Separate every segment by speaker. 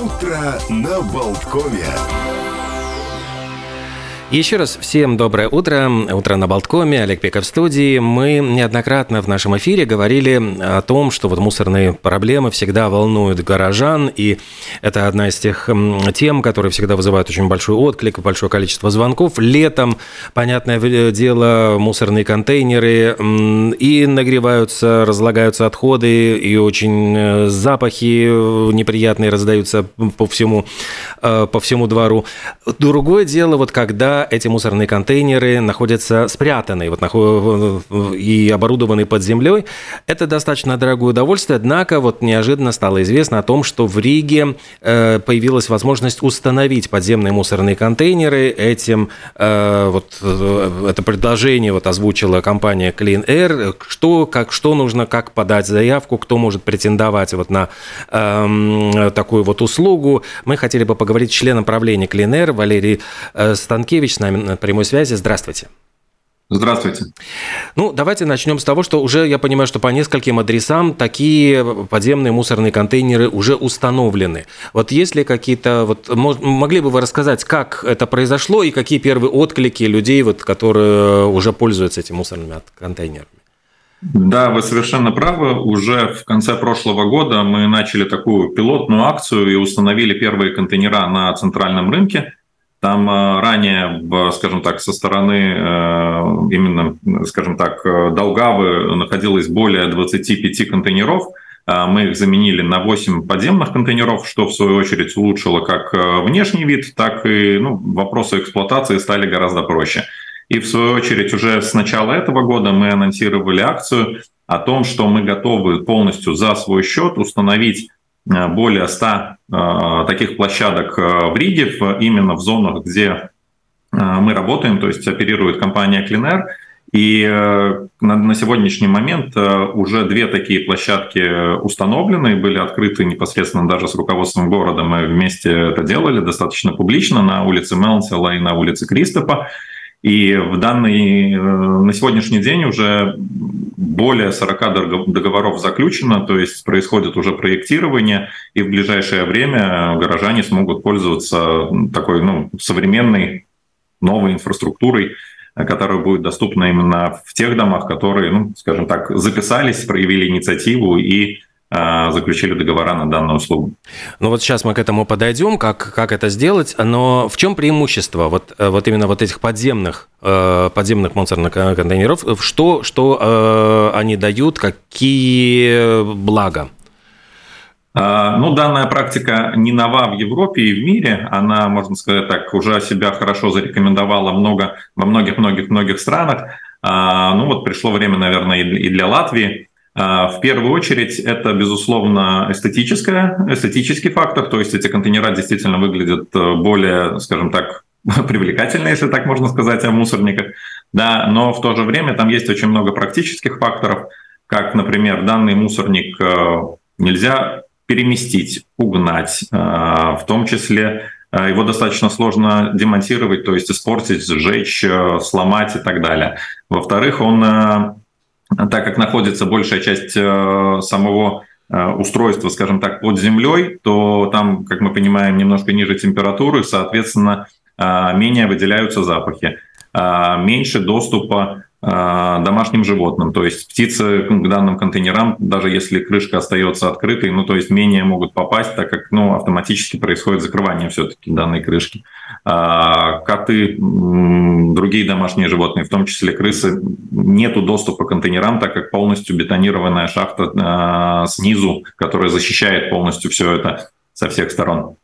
Speaker 1: Утро на Болткоме.
Speaker 2: Еще раз всем доброе утро. Утро на Болткоме. Олег Пеков в студии. Мы неоднократно в нашем эфире говорили о том, что вот мусорные проблемы всегда волнуют горожан, и это одна из тех тем, которые всегда вызывают очень большой отклик, большое количество звонков. Летом, понятное дело, мусорные контейнеры и нагреваются, разлагаются отходы, и очень запахи неприятные раздаются по всему двору. Другое дело, вот когда эти мусорные контейнеры находятся спрятанные и оборудованы под землей. Это достаточно дорогое удовольствие, однако вот неожиданно стало известно о том, что в Риге появилась возможность установить подземные мусорные контейнеры. Это предложение озвучила компания Clean Air. Что нужно, как подать заявку, кто может претендовать на такую услугу. Мы хотели бы поговорить с членом правления Clean Air Валерий Станкевич с нами на прямой связи. Здравствуйте.
Speaker 3: Здравствуйте.
Speaker 2: Давайте начнем с того, что уже, я понимаю, что по нескольким адресам такие подземные мусорные контейнеры уже установлены. Есть ли какие-то... могли бы вы рассказать, как это произошло и какие первые отклики людей, которые уже пользуются этими мусорными контейнерами?
Speaker 3: Да, вы совершенно правы. Уже в конце прошлого года мы начали такую пилотную акцию и установили первые контейнера на центральном рынке. Там ранее, скажем так, со стороны Даугавы находилось более 25 контейнеров. Мы их заменили на 8 подземных контейнеров, что в свою очередь улучшило как внешний вид, так и вопросы эксплуатации стали гораздо проще. И в свою очередь уже с начала этого года мы анонсировали акцию о том, что мы готовы полностью за свой счет установить более 100 таких площадок в Риге, именно в зонах, где мы работаем, то есть оперирует компания Clean Air. И на сегодняшний момент уже 2 такие площадки установлены, были открыты непосредственно даже с руководством города. Мы вместе это делали достаточно публично на улице Мелнсела и на улице Кристопа. И на сегодняшний день уже более 40 договоров заключено, то есть происходит уже проектирование, и в ближайшее время горожане смогут пользоваться такой современной новой инфраструктурой, которая будет доступна именно в тех домах, которые, записались, проявили инициативу и заключили договора на данную услугу.
Speaker 2: Сейчас мы к этому подойдем, как это сделать, но в чем преимущество именно этих подземных мусорных контейнеров, что они дают, какие блага?
Speaker 3: Данная практика не нова в Европе и в мире, она, можно сказать так, уже себя хорошо зарекомендовала во многих странах. Пришло время, наверное, и для Латвии. В первую очередь, это, безусловно, эстетический фактор, то есть эти контейнера действительно выглядят более, скажем так, привлекательно, если так можно сказать, о мусорниках. Да, но в то же время там есть очень много практических факторов, как, например, данный мусорник нельзя переместить, угнать, в том числе его достаточно сложно демонтировать, то есть испортить, сжечь, сломать и так далее. Во-вторых, так как находится большая часть самого устройства, скажем так, под землей, то там, как мы понимаем, немножко ниже температуры, соответственно, менее выделяются запахи, меньше доступа домашним животным, то есть птицы к данным контейнерам, даже если крышка остается открытой, то есть менее могут попасть, так как автоматически происходит закрывание все-таки данной крышки. Коты, другие домашние животные, в том числе крысы, нету доступа к контейнерам, так как полностью бетонированная шахта снизу, которая защищает полностью все это со всех сторон.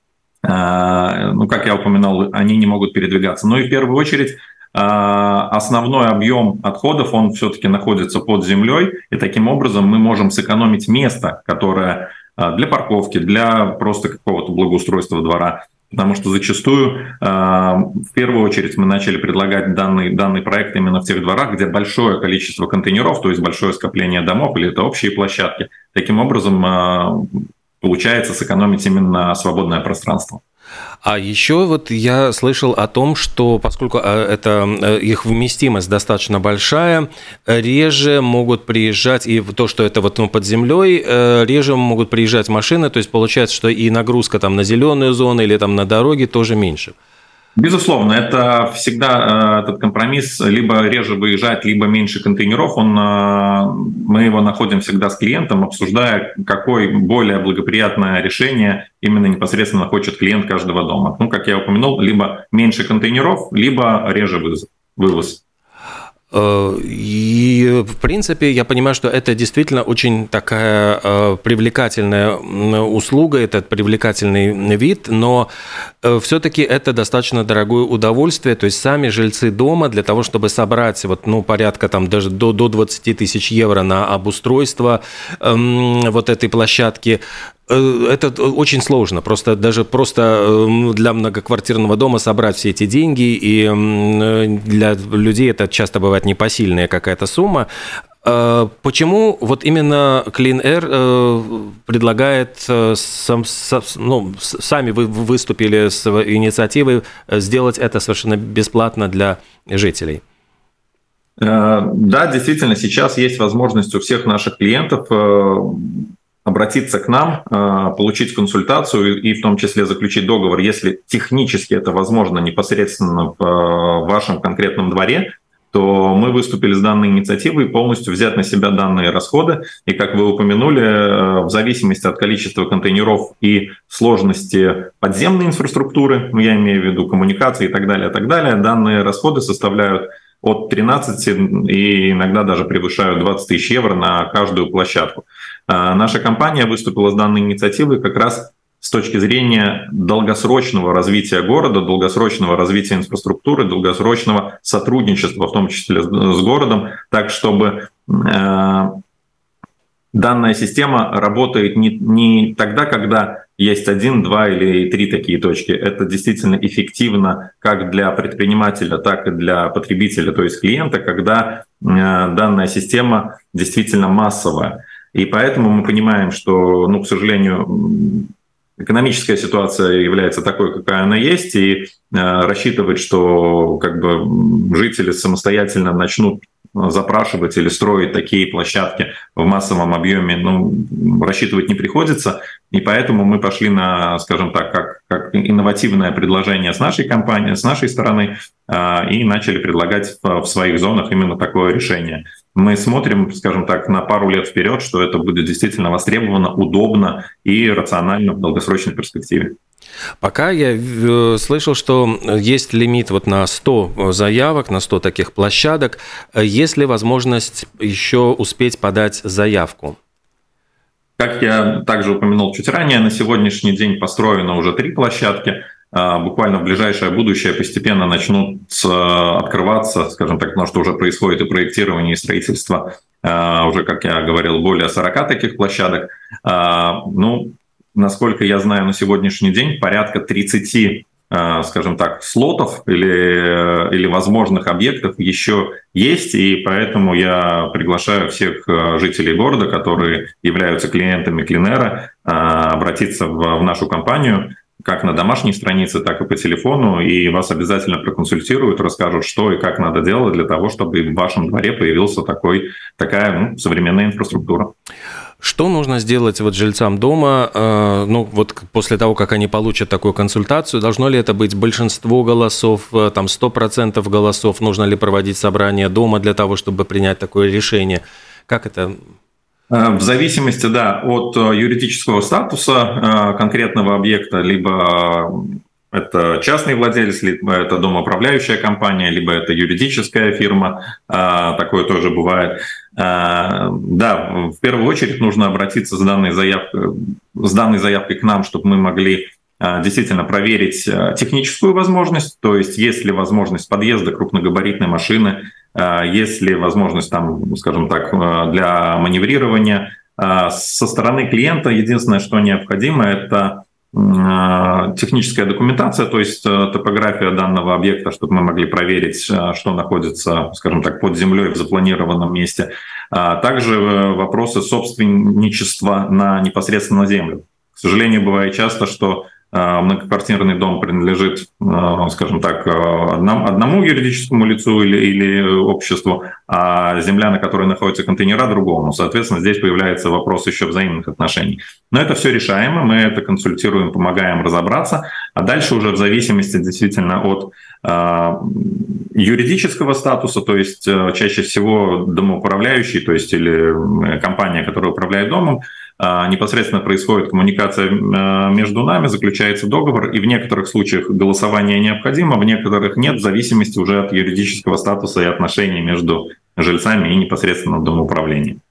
Speaker 3: Как я упоминал, они не могут передвигаться. И в первую очередь основной объем отходов, он все-таки находится под землей, и таким образом мы можем сэкономить место, которое для парковки, для просто какого-то благоустройства двора. Потому что зачастую, в первую очередь, мы начали предлагать данный проект именно в тех дворах, где большое количество контейнеров, то есть большое скопление домов, или это общие площадки. Таким образом, получается сэкономить именно свободное пространство.
Speaker 2: А еще вот я слышал о том, что поскольку их вместимость достаточно большая, реже могут приезжать, и то, что это вот под землей, реже могут приезжать машины, то есть получается, что и нагрузка там на зеленые зоны или там на дороге тоже меньше.
Speaker 3: Безусловно, это всегда этот компромисс, либо реже выезжать, либо меньше контейнеров. Мы его находим всегда с клиентом, обсуждая, какое более благоприятное решение именно непосредственно хочет клиент каждого дома. Ну, как я упомянул, либо меньше контейнеров, либо реже вывоз.
Speaker 2: И, в принципе, я понимаю, что это действительно очень такая привлекательная услуга, это привлекательный вид, но все-таки это достаточно дорогое удовольствие, то есть сами жильцы дома для того, чтобы собрать порядка там, даже до 20 тысяч евро на обустройство вот этой площадки, это очень сложно. Просто для многоквартирного дома собрать все эти деньги, и для людей это часто бывает непосильная какая-то сумма. Почему вот именно Clean Air предлагает, сами вы выступили с инициативой сделать это совершенно бесплатно для жителей?
Speaker 3: Да, действительно, сейчас есть возможность у всех наших клиентов обратиться к нам, получить консультацию и в том числе заключить договор, если технически это возможно непосредственно в вашем конкретном дворе, то мы выступили с данной инициативой полностью взять на себя данные расходы. И, как вы упомянули, в зависимости от количества контейнеров и сложности подземной инфраструктуры, я имею в виду коммуникации и так далее, данные расходы составляют от 13 и иногда даже превышают 20 тысяч евро на каждую площадку. Наша компания выступила с данной инициативой как раз с точки зрения долгосрочного развития города, долгосрочного развития инфраструктуры, долгосрочного сотрудничества, в том числе с городом, так чтобы данная система работает не тогда, когда есть 1, 2 или 3 такие точки. Это действительно эффективно как для предпринимателя, так и для потребителя, то есть клиента, когда данная система действительно массовая. И поэтому мы понимаем, что, к сожалению, экономическая ситуация является такой, какая она есть, и рассчитывать, что жители самостоятельно начнут запрашивать или строить такие площадки в массовом объеме, рассчитывать не приходится. И поэтому мы пошли на, скажем так, как инновативное предложение с нашей компанией, с нашей стороны, и начали предлагать в своих зонах именно такое решение. Мы смотрим, скажем так, на пару лет вперед, что это будет действительно востребовано, удобно и рационально в долгосрочной перспективе.
Speaker 2: Пока я слышал, что есть лимит на 100 заявок, на 100 таких площадок. Есть ли возможность еще успеть подать заявку?
Speaker 3: Как я также упомянул чуть ранее, на сегодняшний день построено уже 3 площадки. Буквально в ближайшее будущее постепенно начнут открываться, скажем так, потому что уже происходит и проектирование, и строительство, уже, как я говорил, более 40 таких площадок. Насколько я знаю, на сегодняшний день порядка 30, скажем так, слотов или возможных объектов еще есть, и поэтому я приглашаю всех жителей города, которые являются клиентами Clean Air, обратиться в нашу компанию, как на домашней странице, так и по телефону, и вас обязательно проконсультируют, расскажут, что и как надо делать для того, чтобы в вашем дворе появилась такая современная инфраструктура.
Speaker 2: Что нужно сделать жильцам дома, после того, как они получат такую консультацию? Должно ли это быть большинство голосов, 100% голосов? Нужно ли проводить собрание дома для того, чтобы принять такое решение? Как это?
Speaker 3: В зависимости, от юридического статуса конкретного объекта, либо это частный владелец, либо это домоуправляющая компания, либо это юридическая фирма, такое тоже бывает. В первую очередь нужно обратиться с данной заявкой к нам, чтобы мы могли действительно проверить техническую возможность, то есть есть ли возможность подъезда крупногабаритной машины, есть ли возможность скажем так, для маневрирования. Со стороны клиента единственное, что необходимо, это техническая документация, то есть топография данного объекта, чтобы мы могли проверить, что находится, скажем так, под землей в запланированном месте. Также вопросы собственничества непосредственно на землю. К сожалению, бывает часто, что многоквартирный дом принадлежит, скажем так, одному юридическому лицу или обществу, а земля, на которой находятся контейнера, другому. Соответственно, здесь появляется вопрос еще взаимных отношений. Но это все решаемо, мы это консультируем, помогаем разобраться, а дальше уже в зависимости действительно от юридического статуса, то есть чаще всего домоуправляющий, то есть или компания, которая управляет домом, непосредственно происходит коммуникация между нами, заключается договор, и в некоторых случаях голосование необходимо, в некоторых нет, в зависимости уже от юридического статуса и отношений между жильцами и непосредственно домоуправлением.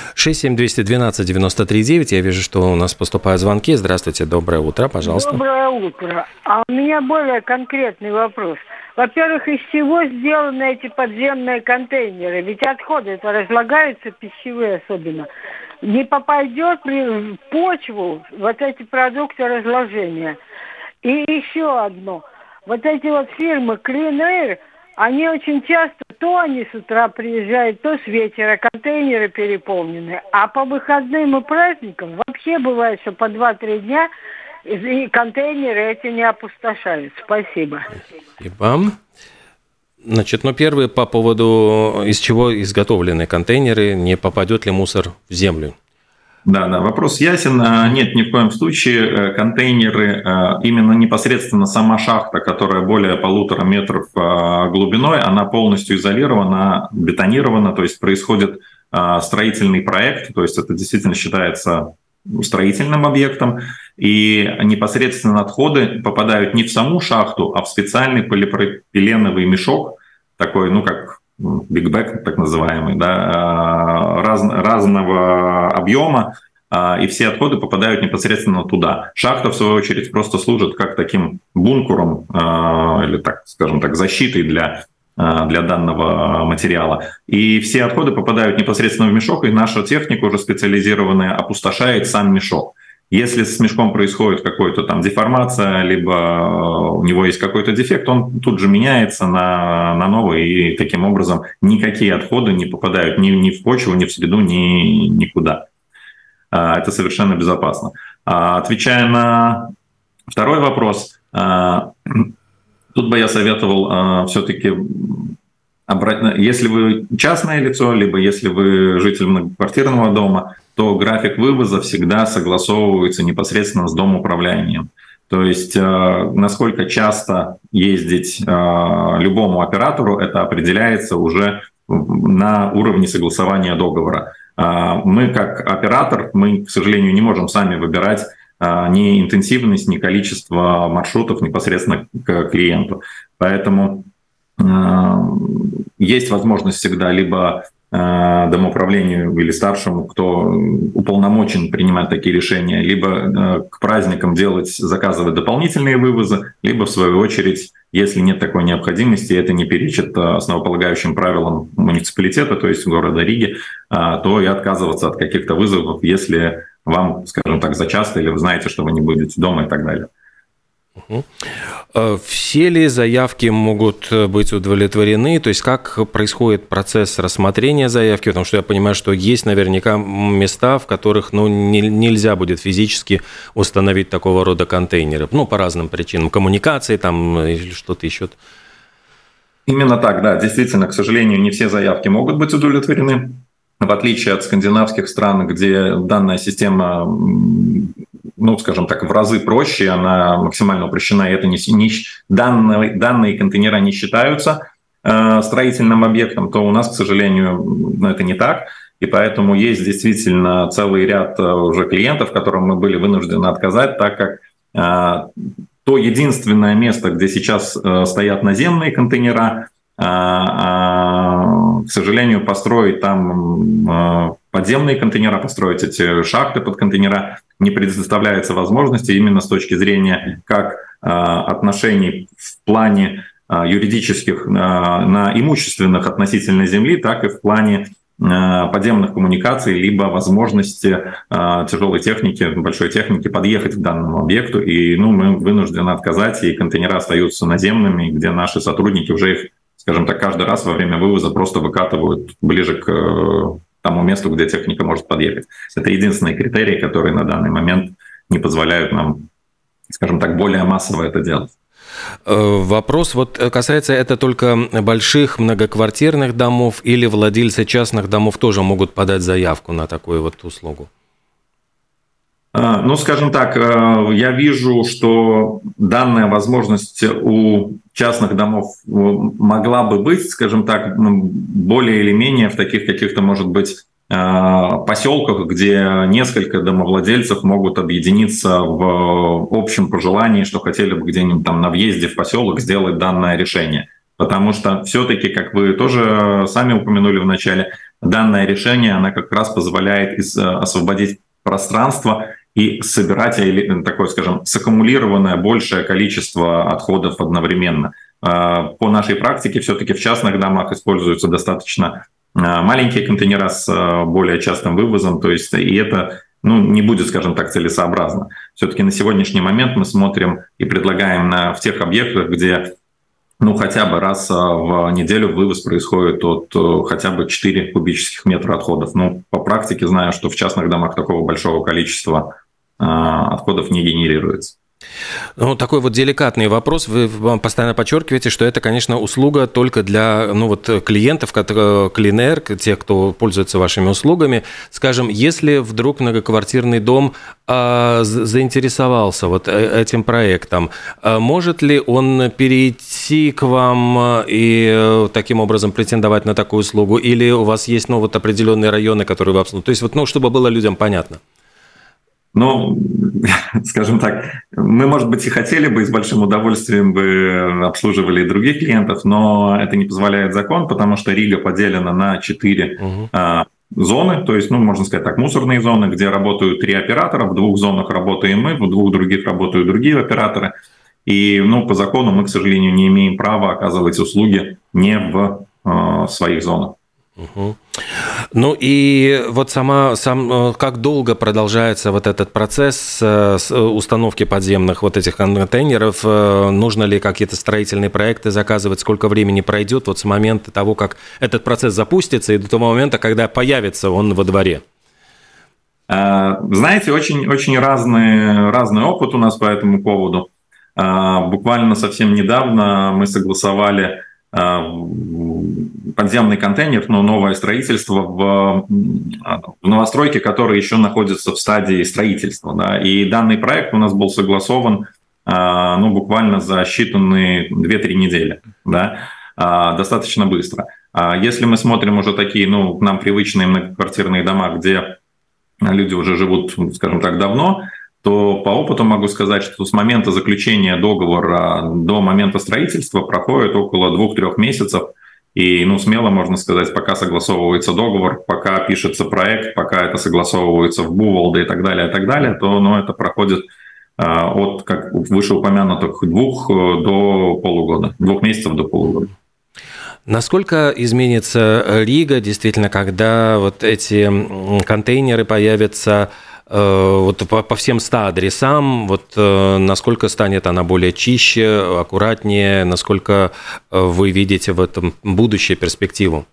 Speaker 2: 67212-93-9. Я вижу, что у нас поступают звонки. Здравствуйте, доброе утро, пожалуйста.
Speaker 4: Доброе утро. А у меня более конкретный вопрос. Во-первых, из чего сделаны эти подземные контейнеры? Ведь отходы это разлагаются, пищевые особенно. Не попадет ли в почву вот эти продукты разложения? И еще одно. Вот эти вот фирмы Clean Air, они очень часто, то они с утра приезжают, то с вечера, контейнеры переполнены. А по выходным и праздникам вообще бывает, что по 2-3 дня и контейнеры эти не опустошают. Спасибо.
Speaker 2: Спасибо. Значит, первое по поводу, из чего изготовлены контейнеры, не попадет ли мусор в землю?
Speaker 3: Да, вопрос ясен. Нет, ни в коем случае контейнеры, именно непосредственно сама шахта, которая более 1,5 метров глубиной, она полностью изолирована, бетонирована, то есть происходит строительный проект, то есть это действительно считается строительным объектом, и непосредственно отходы попадают не в саму шахту, а в специальный полипропиленовый мешок, такой, как бигбэк, так называемый, да, разного объема, и все отходы попадают непосредственно туда. Шахта, в свою очередь, просто служит как таким бункером или, так, скажем так, защитой для данного материала. И все отходы попадают непосредственно в мешок, и наша техника уже специализированная опустошает сам мешок. Если с мешком происходит какая-то там деформация, либо у него есть какой-то дефект, он тут же меняется на новый, и таким образом никакие отходы не попадают ни в почву, ни в среду, никуда. Это совершенно безопасно. Отвечая на второй вопрос, тут бы я советовал все-таки если вы частное лицо, либо если вы житель многоквартирного дома, то график вывоза всегда согласовывается непосредственно с домоуправлением. То есть насколько часто ездить любому оператору, это определяется уже на уровне согласования договора. Мы как оператор, мы, к сожалению, не можем сами выбирать ни интенсивность, ни количество маршрутов непосредственно к клиенту. Поэтому есть возможность всегда либо домоуправлению или старшему, кто уполномочен принимать такие решения, либо к праздникам заказывать дополнительные вывозы, либо, в свою очередь, если нет такой необходимости, это не перечит основополагающим правилам муниципалитета, то есть города Риги, то и отказываться от каких-то вызовов, если вам, скажем так, зачасто, или вы знаете, что вы не будете дома и так далее.
Speaker 2: Все ли заявки могут быть удовлетворены? То есть как происходит процесс рассмотрения заявки? Потому что я понимаю, что есть наверняка места, в которых нельзя будет физически установить такого рода контейнеры. По разным причинам. Коммуникации там или что-то еще.
Speaker 3: Именно так, да. Действительно, к сожалению, не все заявки могут быть удовлетворены. В отличие от скандинавских стран, где данная система, скажем так, в разы проще, она максимально упрощена, и это данные контейнера не считаются строительным объектом, то у нас, к сожалению, это не так. И поэтому есть действительно целый ряд уже клиентов, которым мы были вынуждены отказать, так как то единственное место, где сейчас стоят наземные контейнера, к сожалению, построить там подземные контейнера, построить эти шахты под контейнера не предоставляется возможности именно с точки зрения как отношений в плане юридических на имущественных относительно земли, так и в плане подземных коммуникаций, либо возможности тяжелой техники, большой техники подъехать к данному объекту. И мы вынуждены отказать, и контейнера остаются наземными, где наши сотрудники уже их, скажем так, каждый раз во время вывоза просто выкатывают ближе к тому месту, где техника может подъехать. Это единственные критерии, которые на данный момент не позволяют нам скажем так, более массово это делать.
Speaker 2: Вопрос вот касается это только больших многоквартирных домов или владельцы частных домов тоже могут подать заявку на такую вот услугу?
Speaker 3: Ну, скажем так, я вижу, что данная возможность у частных домов могла бы быть, скажем так, более или менее в таких каких-то, может быть, поселках, где несколько домовладельцев могут объединиться в общем пожелании, что хотели бы где-нибудь там на въезде в поселок сделать данное решение. Потому что все-таки, как вы тоже сами упомянули в начале, данное решение, оно как раз позволяет освободить пространство и собирать такое, скажем, саккумулированное большее количество отходов одновременно. По нашей практике все-таки в частных домах используются достаточно маленькие контейнера с более частым вывозом, то есть и это не будет, скажем так, целесообразно. Все-таки на сегодняшний момент мы смотрим и предлагаем в тех объектах, где хотя бы раз в неделю вывоз происходит от хотя бы 4 кубических метра отходов. По практике знаю, что в частных домах такого большого количества отходов не генерируется.
Speaker 2: Такой вот деликатный вопрос. Вы постоянно подчеркиваете, что это, конечно, услуга только для клиентов, клинер, тех, кто пользуется вашими услугами. Скажем, если вдруг многоквартирный дом заинтересовался вот этим проектом, может ли он перейти к вам и таким образом претендовать на такую услугу? Или у вас есть определенные районы, которые вы обслуживаете? То есть, чтобы было людям понятно.
Speaker 3: Скажем так, мы, может быть, и хотели бы, и с большим удовольствием бы обслуживали и других клиентов, но это не позволяет закон, потому что Рига поделена на 4 зоны, то есть, можно сказать так, мусорные зоны, где работают 3 оператора, в 2 зонах работаем мы, в 2 других работают другие операторы, и, по закону мы, к сожалению, не имеем права оказывать услуги не в своих зонах.
Speaker 2: И вот как долго продолжается вот этот процесс установки подземных вот этих контейнеров? Нужно ли какие-то строительные проекты заказывать? Сколько времени пройдет с момента того, как этот процесс запустится, и до того момента, когда появится он во дворе?
Speaker 3: Знаете, очень, очень разный опыт у нас по этому поводу. Буквально совсем недавно мы согласовали подземный контейнер, но новое строительство в новостройке, которая еще находится в стадии строительства. Да. И данный проект у нас был согласован буквально за считанные 2-3 недели. Да. Достаточно быстро. Если мы смотрим уже такие, нам привычные многоквартирные дома, где люди уже живут, скажем так, давно, то по опыту могу сказать, что с момента заключения договора до момента строительства проходит около 2-3 месяцев. И, смело можно сказать, пока согласовывается договор, пока пишется проект, пока это согласовывается в БУВОЛДе и так далее, то это проходит от, как вышеупомянутых, 2 до полугода, 2 месяцев до полугода.
Speaker 2: Насколько изменится Рига, действительно, когда вот эти контейнеры появятся по всем 100 адресам, насколько станет она более чище, аккуратнее, насколько вы видите в этом будущее, перспективу?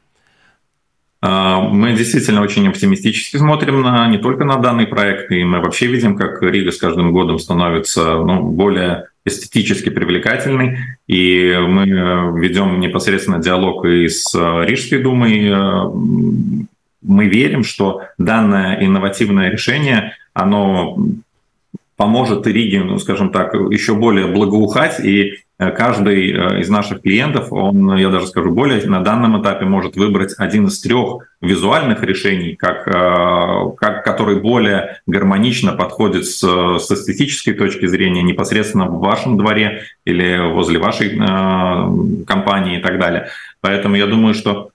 Speaker 3: Мы действительно очень оптимистически смотрим не только на данный проект, и мы вообще видим, как Рига с каждым годом становится более эстетически привлекательной, и мы ведем непосредственно диалог и с Рижской думой. Мы верим, что данное инновативное решение, оно поможет Риге, скажем так, еще более благоухать, и каждый из наших клиентов, я даже скажу более, на данном этапе может выбрать один из 3 визуальных решений, который более гармонично подходит с эстетической точки зрения непосредственно в вашем дворе или возле вашей компании и так далее. Поэтому я думаю, что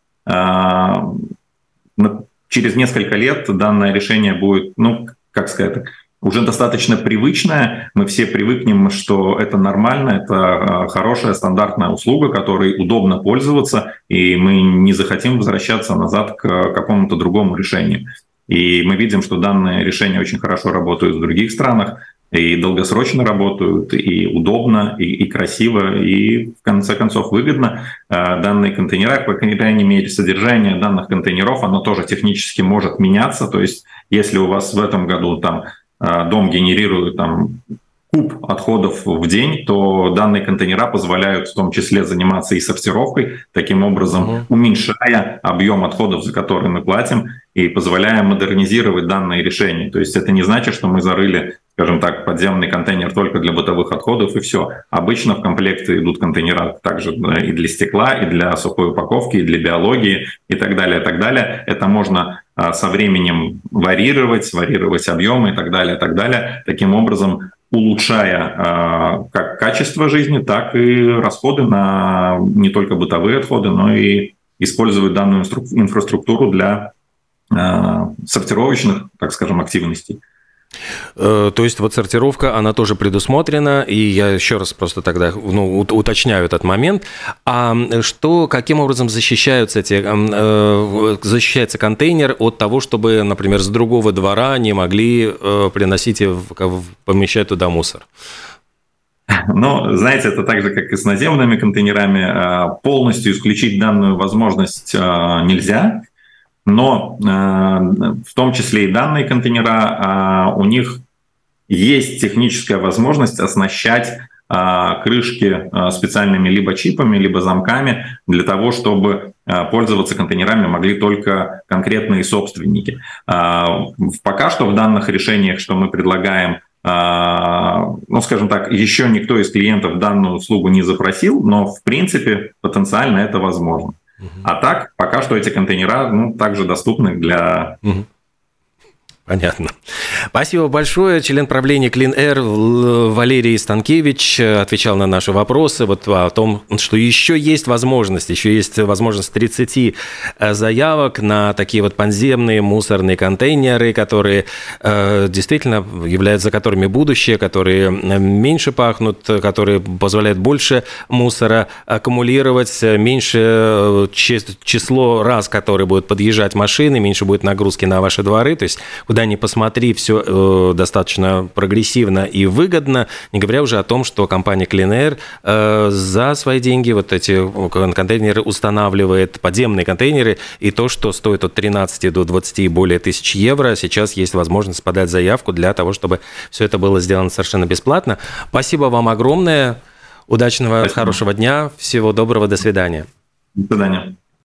Speaker 3: через несколько лет данное решение будет, уже достаточно привычное. Мы все привыкнем, что это нормально, это хорошая стандартная услуга, которой удобно пользоваться, и мы не захотим возвращаться назад к какому-то другому решению. И мы видим, что данные решения очень хорошо работают в других странах, и долгосрочно работают, и удобно, и красиво, и в конце концов выгодно. Данные контейнера, по крайней мере, содержание данных контейнеров, оно тоже технически может меняться. То есть если у вас в этом году дом генерирует куб отходов в день, то данные контейнера позволяют в том числе заниматься и сортировкой, таким образом уменьшая объем отходов, за которые мы платим, и позволяя модернизировать данные решения. То есть это не значит, что мы зарыли, скажем так, подземный контейнер только для бытовых отходов и все. Обычно в комплекте идут контейнера также и для стекла, и для сухой упаковки, и для биологии, и так далее, и так далее. Это можно со временем варьировать объемы и так далее, и так далее. Таким образом, улучшая как качество жизни, так и расходы на не только бытовые отходы, но и использовать данную инфраструктуру для сортировочных, так скажем, активностей.
Speaker 2: То есть вот сортировка, она тоже предусмотрена, и я еще раз просто тогда уточняю этот момент. А каким образом защищается контейнер от того, чтобы, например, с другого двора не могли приносить и помещать туда мусор?
Speaker 3: Но, знаете, это так же, как и с наземными контейнерами. Полностью исключить данную возможность нельзя. Но в том числе и данные контейнера, у них есть техническая возможность оснащать крышки специальными либо чипами, либо замками для того, чтобы пользоваться контейнерами могли только конкретные собственники. Пока что в данных решениях, что мы предлагаем, скажем так, еще никто из клиентов данную услугу не запросил, но в принципе потенциально это возможно. А так, пока что эти контейнера также доступны для...
Speaker 2: Понятно. Спасибо большое. Член правления Clean Air Валерий Станкевич отвечал на наши вопросы о том, что еще есть возможность 30 заявок на такие подземные мусорные контейнеры, которые действительно являются, за которыми будущее, которые меньше пахнут, которые позволяют больше мусора аккумулировать, меньше число раз, которые будут подъезжать машины, меньше будет нагрузки на ваши дворы. То есть куда ни посмотри, все достаточно прогрессивно и выгодно, не говоря уже о том, что компания Clean Air за свои деньги эти контейнеры устанавливает, подземные контейнеры, и то, что стоит от 13 до 20 и более тысяч евро, сейчас есть возможность подать заявку для того, чтобы все это было сделано совершенно бесплатно. Спасибо вам огромное, удачного, хорошего дня, всего доброго, до свидания.
Speaker 3: До свидания.